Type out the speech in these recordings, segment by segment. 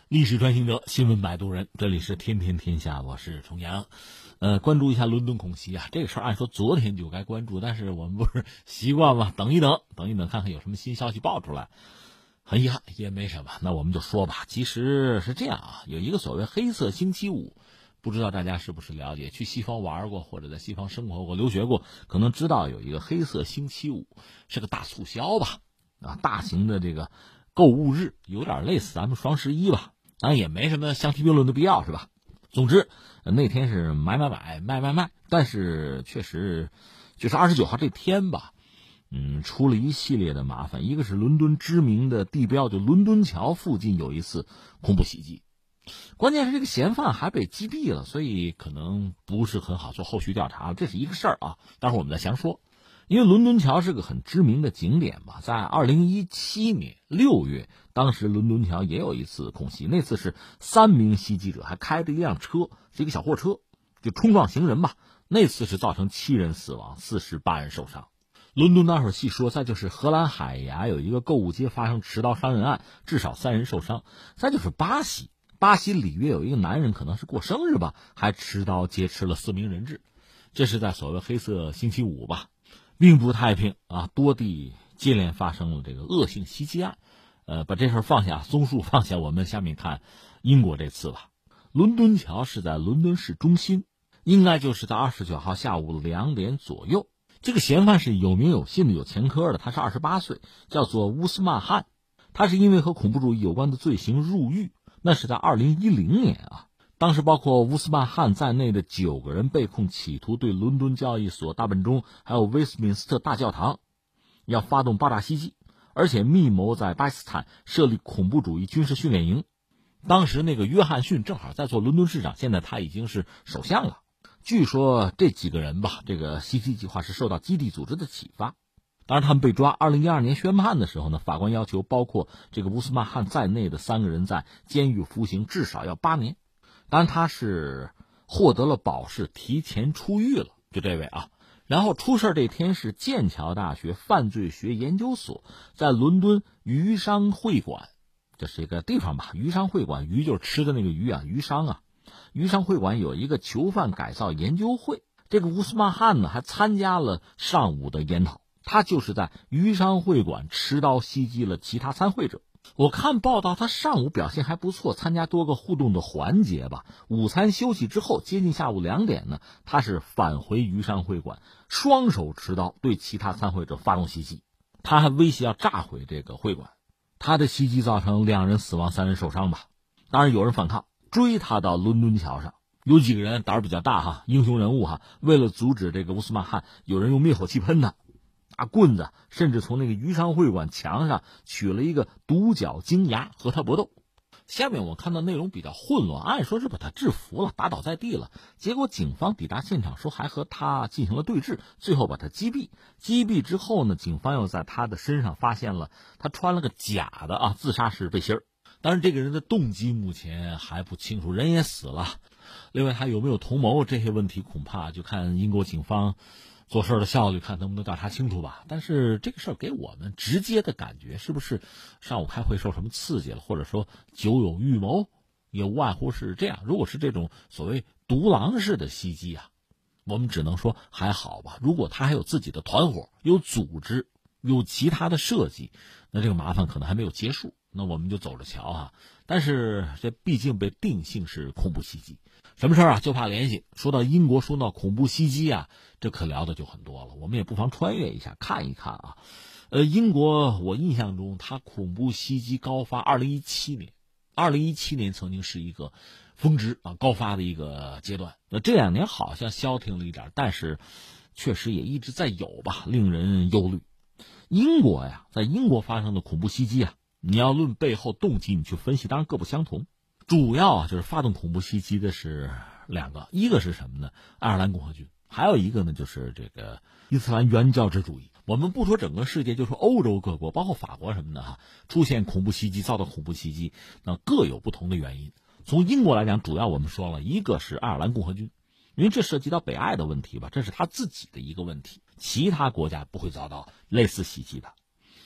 历史穿行者，新闻摆渡人，这里是天天天下，我是重阳。关注一下伦敦恐袭啊，这个事儿按说昨天就该关注，但是我们不是习惯吗？等一等，看看有什么新消息爆出来。很遗憾，也没什么，那我们就说吧。其实是这样啊，有一个所谓黑色星期五，不知道大家是不是了解？去西方玩过或者在西方生活过、留学过，可能知道有一个黑色星期五，是个大促销吧？啊，大型的这个购物日，有点类似咱们双十一吧。当然也没什么相提并论的必要，是吧？总之，那天是买，卖，但是确实就是29号这天吧，出了一系列的麻烦。一个是伦敦知名的地标，就伦敦桥附近有一次恐怖袭击，关键是这个嫌犯还被击毙了，所以可能不是很好做后续调查，这是一个事儿啊。待会儿我们再详说。因为伦敦桥是个很知名的景点嘛，在2017年6月，当时伦敦桥也有一次恐袭，那次是3名袭击者还开着一辆车，是一个小货车，就冲撞行人吧。那次是造成7人死亡，48人受伤。伦敦待会儿细说。再就是荷兰海牙有一个购物街发生持刀伤人案，至少3人受伤。再就是巴西里约有一个男人可能是过生日吧，还持刀劫持了4名人质。这是在所谓黑色星期五吧。并不太平啊，多地接连发生了这个恶性袭击案。把这事儿放下，综述放下，我们下面看英国这次吧。伦敦桥是在伦敦市中心，应该就是在29号下午2点左右。这个嫌犯是有名有姓的，有前科的，他是28岁，叫做乌斯曼汗。他是因为和恐怖主义有关的罪行入狱，那是在2010年啊。当时包括乌斯曼汗在内的9个人被控企图对伦敦交易所大本钟还有威斯敏斯特大教堂要发动爆炸袭击，而且密谋在巴基斯坦设立恐怖主义军事训练营。当时那个约翰逊正好在做伦敦市长，现在他已经是首相了。据说这几个人吧，这个袭击计划是受到基地组织的启发。当然他们被抓2012年宣判的时候呢，法官要求包括这个乌斯曼汗在内的3个人在监狱服刑至少要8年。当然他是获得了保释，提前出狱了，就这位啊。然后出事这天是剑桥大学犯罪学研究所在伦敦鱼商会馆，这是一个地方吧，鱼商会馆，鱼就是吃的那个鱼啊，鱼商啊。鱼商会馆有一个囚犯改造研究会，这个乌斯曼汗呢还参加了上午的研讨，他就是在鱼商会馆持刀袭击了其他参会者。我看报道他上午表现还不错，参加多个互动的环节吧。午餐休息之后，接近下午2点呢，他是返回鱼商会馆，双手持刀对其他参会者发动袭击。他还威胁要炸毁这个会馆。他的袭击造成2人死亡3人受伤吧。当然有人反抗，追他到伦敦桥上，有几个人胆儿比较大哈，英雄人物哈，为了阻止这个乌斯曼汗，有人用灭火器喷他，拿棍子，甚至从那个鱼商会馆墙上取了一个独角鲸牙和他搏斗。下面我看到内容比较混乱，按说是把他制服了，打倒在地了，结果警方抵达现场说还和他进行了对峙，最后把他击毙。击毙之后呢，警方又在他的身上发现了他穿了个假的自杀式背心儿。当然这个人的动机目前还不清楚，人也死了。另外他有没有同谋，这些问题恐怕就看英国警方做事的效率，看能不能调查清楚吧。但是这个事儿给我们直接的感觉，是不是上午开会受什么刺激了，或者说久有预谋，也无外乎是这样。如果是这种所谓独狼式的袭击啊，我们只能说还好吧。如果他还有自己的团伙，有组织，有其他的设计，那这个麻烦可能还没有结束，那我们就走着瞧啊。但是这毕竟被定性是恐怖袭击，什么事儿啊就怕联系。说到英国，说到恐怖袭击啊，这可聊的就很多了。我们也不妨穿越一下看一看啊。英国我印象中它恐怖袭击高发2017年曾经是一个峰值高发的一个阶段。那这2年好像消停了一点，但是确实也一直在有吧，令人忧虑。英国呀，在英国发生的恐怖袭击啊，你要论背后动机，你去分析，当然各不相同。主要就是发动恐怖袭击的是2个，一个是什么呢？爱尔兰共和军，还有一个呢就是这个伊斯兰原教旨主义。我们不说整个世界，就说欧洲各国，包括法国什么的出现恐怖袭击，遭到恐怖袭击，那各有不同的原因。从英国来讲，主要我们说了一个是爱尔兰共和军，因为这涉及到北爱的问题吧，这是他自己的一个问题，其他国家不会遭到类似袭击的。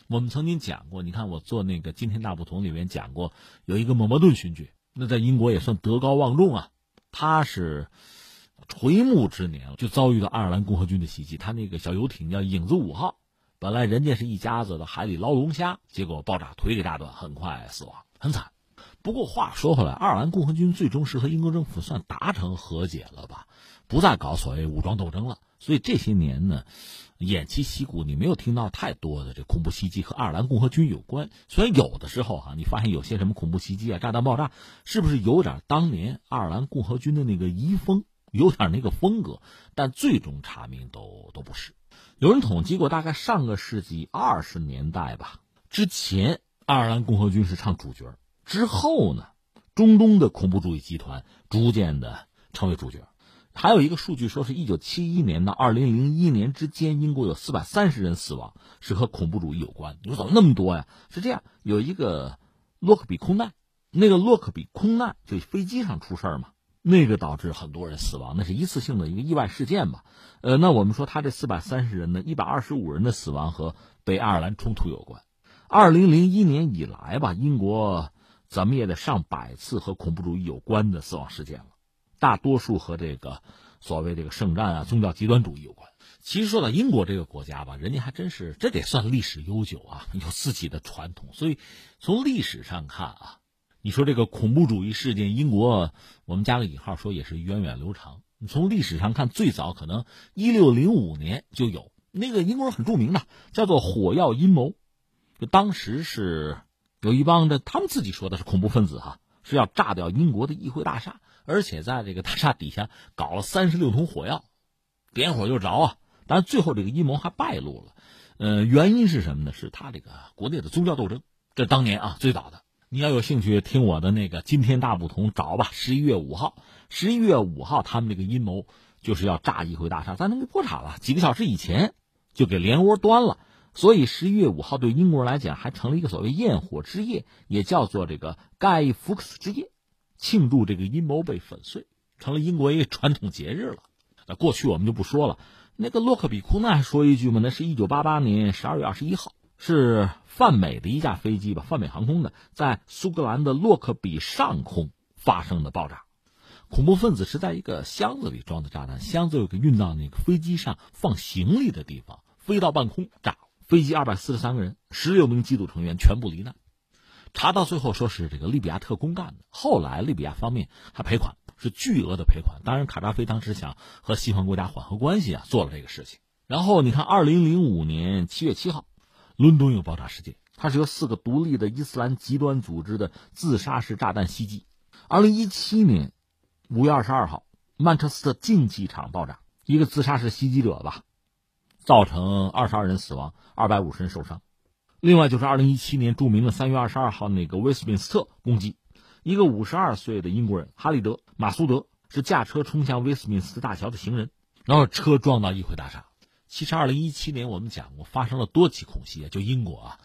我们曾经讲过，你看我做那个《今天大不同》里面讲过，有一个蒙巴顿勋爵，那在英国也算德高望重啊。他是垂暮之年就遭遇到爱尔兰共和军的袭击，他那个小游艇叫影子5号，本来人家是一家子的海里捞龙虾，结果爆炸腿给炸断，很快死亡，很惨。不过话说回来，爱尔兰共和军最终是和英国政府算达成和解了吧，不再搞所谓武装斗争了。所以这些年呢，偃旗息鼓，你没有听到太多的这恐怖袭击和爱尔兰共和军有关。虽然有的时候你发现有些什么恐怖袭击啊、炸弹爆炸，是不是有点当年爱尔兰共和军的那个遗风，有点那个风格，但最终查明都不是。有人统计过，大概上个世纪20年代吧，之前爱尔兰共和军是唱主角，之后呢，中东的恐怖主义集团逐渐的成为主角。还有一个数据说是1971年到2001年之间，英国有430人死亡，是和恐怖主义有关。你说怎么那么多呀？是这样，有一个洛克比空难，那个洛克比空难就飞机上出事嘛，那个导致很多人死亡，那是一次性的一个意外事件吧。那我们说他这430人呢，125人的死亡和北爱尔兰冲突有关。2001年以来吧，英国怎么也得上百次和恐怖主义有关的死亡事件了。大多数和这个所谓这个圣战啊、宗教极端主义有关。其实说到英国这个国家吧，人家还真是，这得算历史悠久啊，有自己的传统。所以从历史上看啊，你说这个恐怖主义事件，英国我们加个引号说也是源远流长。你从历史上看，最早可能1605年就有，那个英国人很著名的，叫做火药阴谋。就当时是有一帮他们自己说的是恐怖分子是要炸掉英国的议会大厦。而且在这个大厦底下搞了36桶火药，点火就着但最后这个阴谋还败露了。原因是什么呢？是他这个国内的宗教斗争，这当年最早的。你要有兴趣听我的那个今天大不同，找吧。11月5号他们这个阴谋就是要炸议会大厦，咱能给破产了，几个小时以前就给连窝端了。所以11月5号对英国人来讲还成了一个所谓焰火之夜，也叫做这个盖福克斯之夜，庆祝这个阴谋被粉碎，成了英国一个传统节日了。那过去我们就不说了，那个洛克比空难说一句嘛，那是1988年12月21号，是泛美的一架飞机吧，泛美航空的，在苏格兰的洛克比上空发生的爆炸。恐怖分子是在一个箱子里装的炸弹，箱子又给运到那个飞机上放行李的地方，飞到半空炸，飞机243个人，16名机组成员全部罹难。查到最后说是这个利比亚特工干的，后来利比亚方面还赔款，是巨额的赔款。当然卡扎菲当时想和西方国家缓和关系做了这个事情。然后你看2005年7月7号伦敦有爆炸事件，它是由4个独立的伊斯兰极端组织的自杀式炸弹袭击。2017年5月22号曼彻斯特竞技场爆炸，一个自杀式袭击者吧，造成22人死亡，250人受伤。另外就是2017年著名的3月22号那个威斯敏斯特攻击，一个52岁的英国人哈利德·马苏德是驾车冲向威斯敏斯特大桥的行人，然后车撞到议会大厦。其实2017年我们讲过发生了多起恐袭，就英国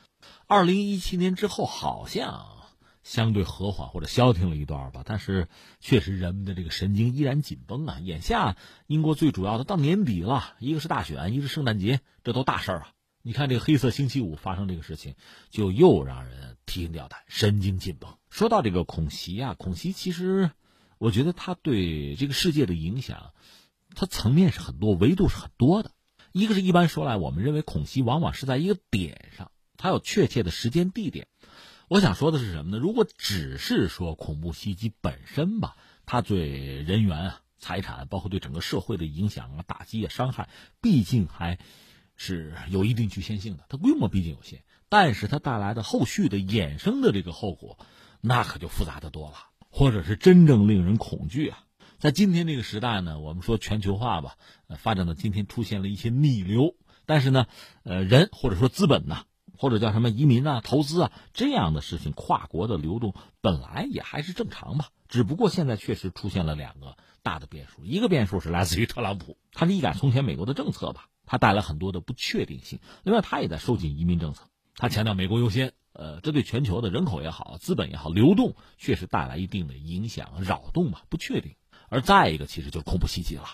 2017年之后好像相对和缓或者消停了一段吧，但是确实人们的这个神经依然紧绷眼下英国最主要的到年底了，一个是大选，一个是圣诞节，这都大事儿你看这个黑色星期五发生这个事情，就又让人提心吊胆，神经紧绷。说到这个恐袭恐袭其实我觉得它对这个世界的影响，它层面是很多，维度是很多的。一个是一般说来，我们认为恐袭往往是在一个点上，它有确切的时间地点。我想说的是什么呢？如果只是说恐怖袭击本身吧，它对人员财产，包括对整个社会的影响打击伤害，毕竟还是有一定局限性的，它规模毕竟有限，但是它带来的后续的衍生的这个后果，那可就复杂的多了，或者是真正令人恐惧在今天这个时代呢，我们说全球化吧，发展到今天出现了一些逆流，但是呢，人或者说资本或者叫什么移民投资这样的事情，跨国的流动本来也还是正常吧，只不过现在确实出现了2个大的变数。一个变数是来自于特朗普，他力改从前美国的政策吧，他带来很多的不确定性。另外他也在收紧移民政策，他强调美国优先，这对全球的人口也好，资本也好，流动确实带来一定的影响，扰动吧，不确定。而再一个其实就是恐怖袭击了。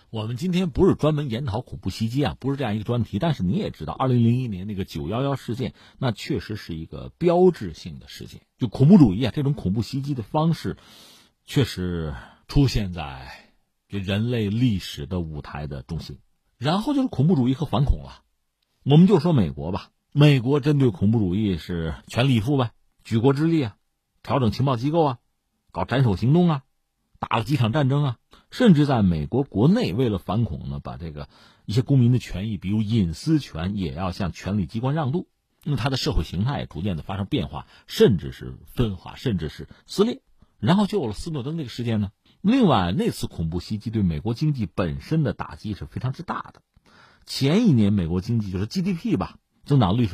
我们今天不是专门研讨恐怖袭击啊，不是这样一个专题。但是你也知道，2001年那个911事件，那确实是一个标志性的事件。就恐怖主义啊，这种恐怖袭击的方式，确实出现在这人类历史的舞台的中心。然后就是恐怖主义和反恐了。我们就说美国吧，美国针对恐怖主义是全力以赴呗，举国之力啊，调整情报机构啊，搞斩首行动啊，打了几场战争啊。甚至在美国国内，为了反恐呢，把这个一些公民的权益，比如隐私权，也要向权力机关让渡。那么它的社会形态也逐渐的发生变化，甚至是分化，甚至是撕裂。然后就有了斯诺登这个事件呢。另外，那次恐怖袭击对美国经济本身的打击是非常之大的。前一年美国经济就是 GDP 吧，增长率是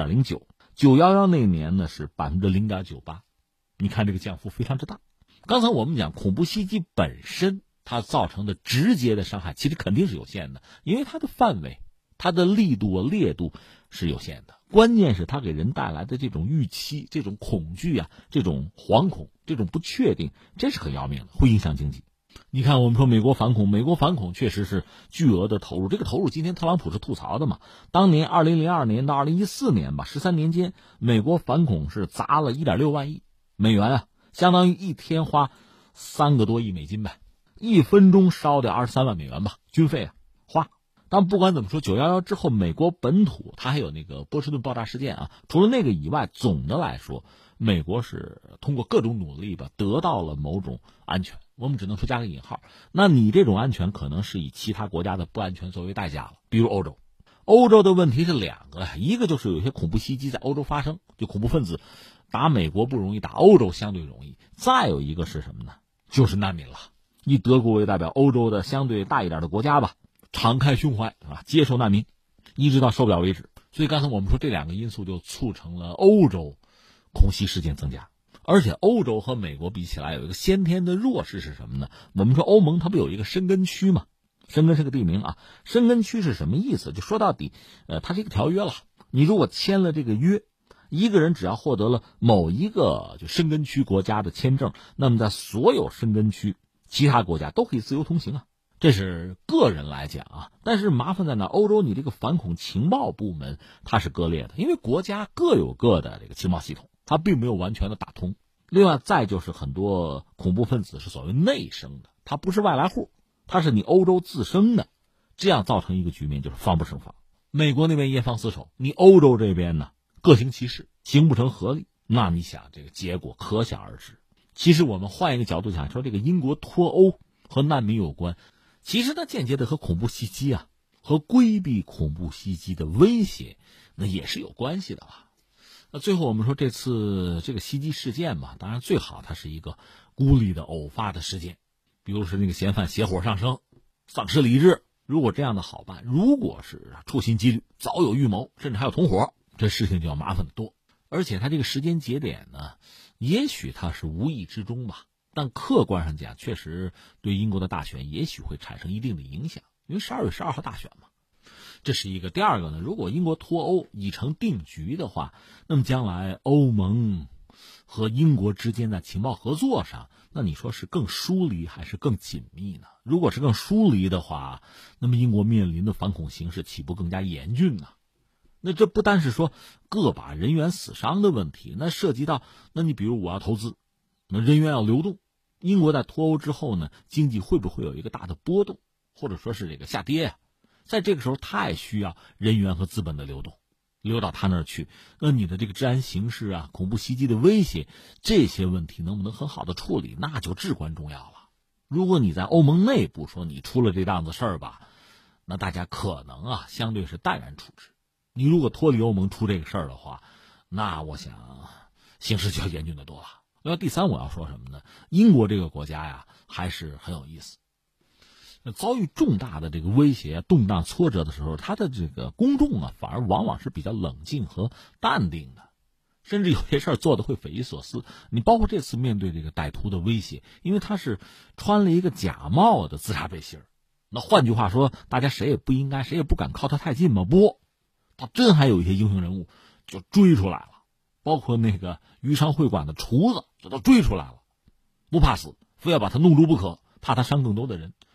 4.09%，911那年呢是 0.98%， 你看这个降幅非常之大。刚才我们讲恐怖袭击本身它造成的直接的伤害其实肯定是有限的，因为它的范围、它的力度、烈度是有限的。关键是它给人带来的这种预期、这种恐惧啊、这种惶恐、这种不确定，这是很要命的，会影响经济。你看，我们说美国反恐确实是巨额的投入。这个投入，今天特朗普是吐槽的嘛？当年2002年到2014年吧，13年间，美国反恐是砸了1.6万亿美元啊，相当于一天花3个多亿美金呗，1分钟烧掉23万美元吧，军费啊花。但不管怎么说，911之后，美国本土它还有那个波士顿爆炸事件啊，除了那个以外，总的来说，美国是通过各种努力吧，得到了某种安全。我们只能说加个引号。那你这种安全可能是以其他国家的不安全作为代价了，比如欧洲。欧洲的问题是2个，一个就是有些恐怖袭击在欧洲发生，就恐怖分子打美国不容易，打欧洲相对容易。再有一个是什么呢？就是难民了。以德国为代表，欧洲的相对大一点的国家吧，敞开胸怀啊，接受难民，一直到受不了为止。所以刚才我们说这2个因素就促成了欧洲恐袭事件增加。而且欧洲和美国比起来有一个先天的弱势是什么呢？我们说欧盟它不有一个申根区吗？申根是个地名啊。申根区是什么意思？就说到底，它是一个条约了。你如果签了这个约，一个人只要获得了某一个就申根区国家的签证，那么在所有申根区其他国家都可以自由通行啊。这是个人来讲啊，但是麻烦在哪？欧洲你这个反恐情报部门它是割裂的，因为国家各有各的这个情报系统，它并没有完全的打通。另外再就是很多恐怖分子是所谓内生的，他不是外来户，他是你欧洲自生的，这样造成一个局面就是防不胜防。美国那边严防死守，你欧洲这边呢各行其事，形不成合力，那你想这个结果可想而知。其实我们换一个角度讲，说这个英国脱欧和难民有关，其实它间接的和恐怖袭击啊，和规避恐怖袭击的威胁，那也是有关系的吧。那最后我们说这次这个袭击事件嘛，当然最好它是一个孤立的偶发的事件，比如是那个嫌犯邪火上升，丧失理智，如果这样的好办，如果是处心积虑，早有预谋，甚至还有同伙，这事情就要麻烦得多。而且它这个时间节点呢，也许它是无意之中吧，但客观上讲，确实对英国的大选也许会产生一定的影响，因为12月12号大选嘛。这是一个。第二个呢，如果英国脱欧已成定局的话，那么将来欧盟和英国之间在情报合作上，那你说是更疏离还是更紧密呢？如果是更疏离的话，那么英国面临的反恐形势岂不更加严峻呢？那这不单是说个把人员死伤的问题，那涉及到，那你比如我要投资，那人员要流动，英国在脱欧之后呢，经济会不会有一个大的波动，或者说是这个下跌啊？在这个时候太需要人员和资本的流动，流到他那儿去，那你的这个治安形势啊，恐怖袭击的威胁，这些问题能不能很好的处理，那就至关重要了。如果你在欧盟内部说你出了这档子事儿吧，那大家可能啊相对是淡然处置。你如果脱离欧盟出这个事儿的话，那我想形势就要严峻得多了。另外第三我要说什么呢？英国这个国家呀还是很有意思。遭遇重大的这个威胁、动荡、挫折的时候，他的这个公众啊，反而往往是比较冷静和淡定的，甚至有些事儿做的会匪夷所思。你包括这次面对这个歹徒的威胁，因为他是穿了一个假冒的自杀背心儿，那换句话说，大家谁也不应该、谁也不敢靠他太近嘛。不，他真还有一些英雄人物就追出来了，包括那个鱼商会馆的厨子，这都追出来了，不怕死，非要把他弄住不可，怕他伤更多的人。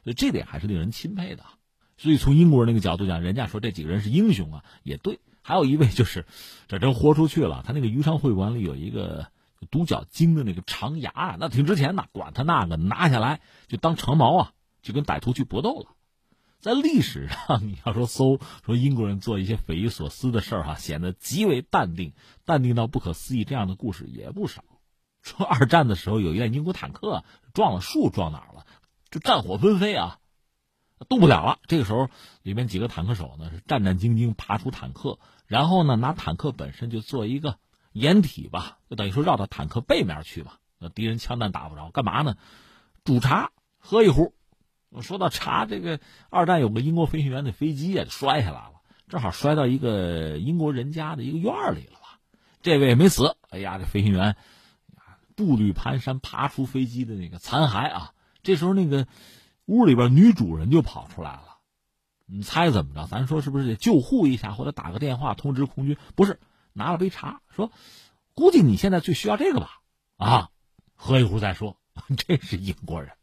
所以这点还是令人钦佩的。所以从英国人那个角度讲，人家说这几个人是英雄啊，也对。还有一位就是这真豁出去了，他那个鱼昌会馆里有一个独角鲸的那个长牙啊，那挺值钱的，管他那个，拿下来就当长矛啊，就跟歹徒去搏斗了。在历史上，你要说英国人做一些匪夷所思的事儿显得极为淡定到不可思议，这样的故事也不少。说二战的时候有一辆英国坦克撞了树，撞哪儿了？就战火纷飞啊，动不了了。这个时候里面几个坦克手呢是战战兢兢爬出坦克，然后呢拿坦克本身就做一个掩体吧，就等于说绕到坦克背面去吧，那敌人枪弹打不着，干嘛呢？煮茶喝一壶。说到茶，这个二战有个英国飞行员的飞机摔下来了，正好摔到一个英国人家的一个院里了吧。这位也没死，哎呀，这飞行员步履蹒跚爬出飞机的那个残骸啊。这时候那个屋里边女主人就跑出来了，你猜怎么着？咱说是不是得救护一下，或者打个电话通知空军？不是，拿了杯茶，说估计你现在最需要这个吧？啊，喝一壶再说。这是英国人。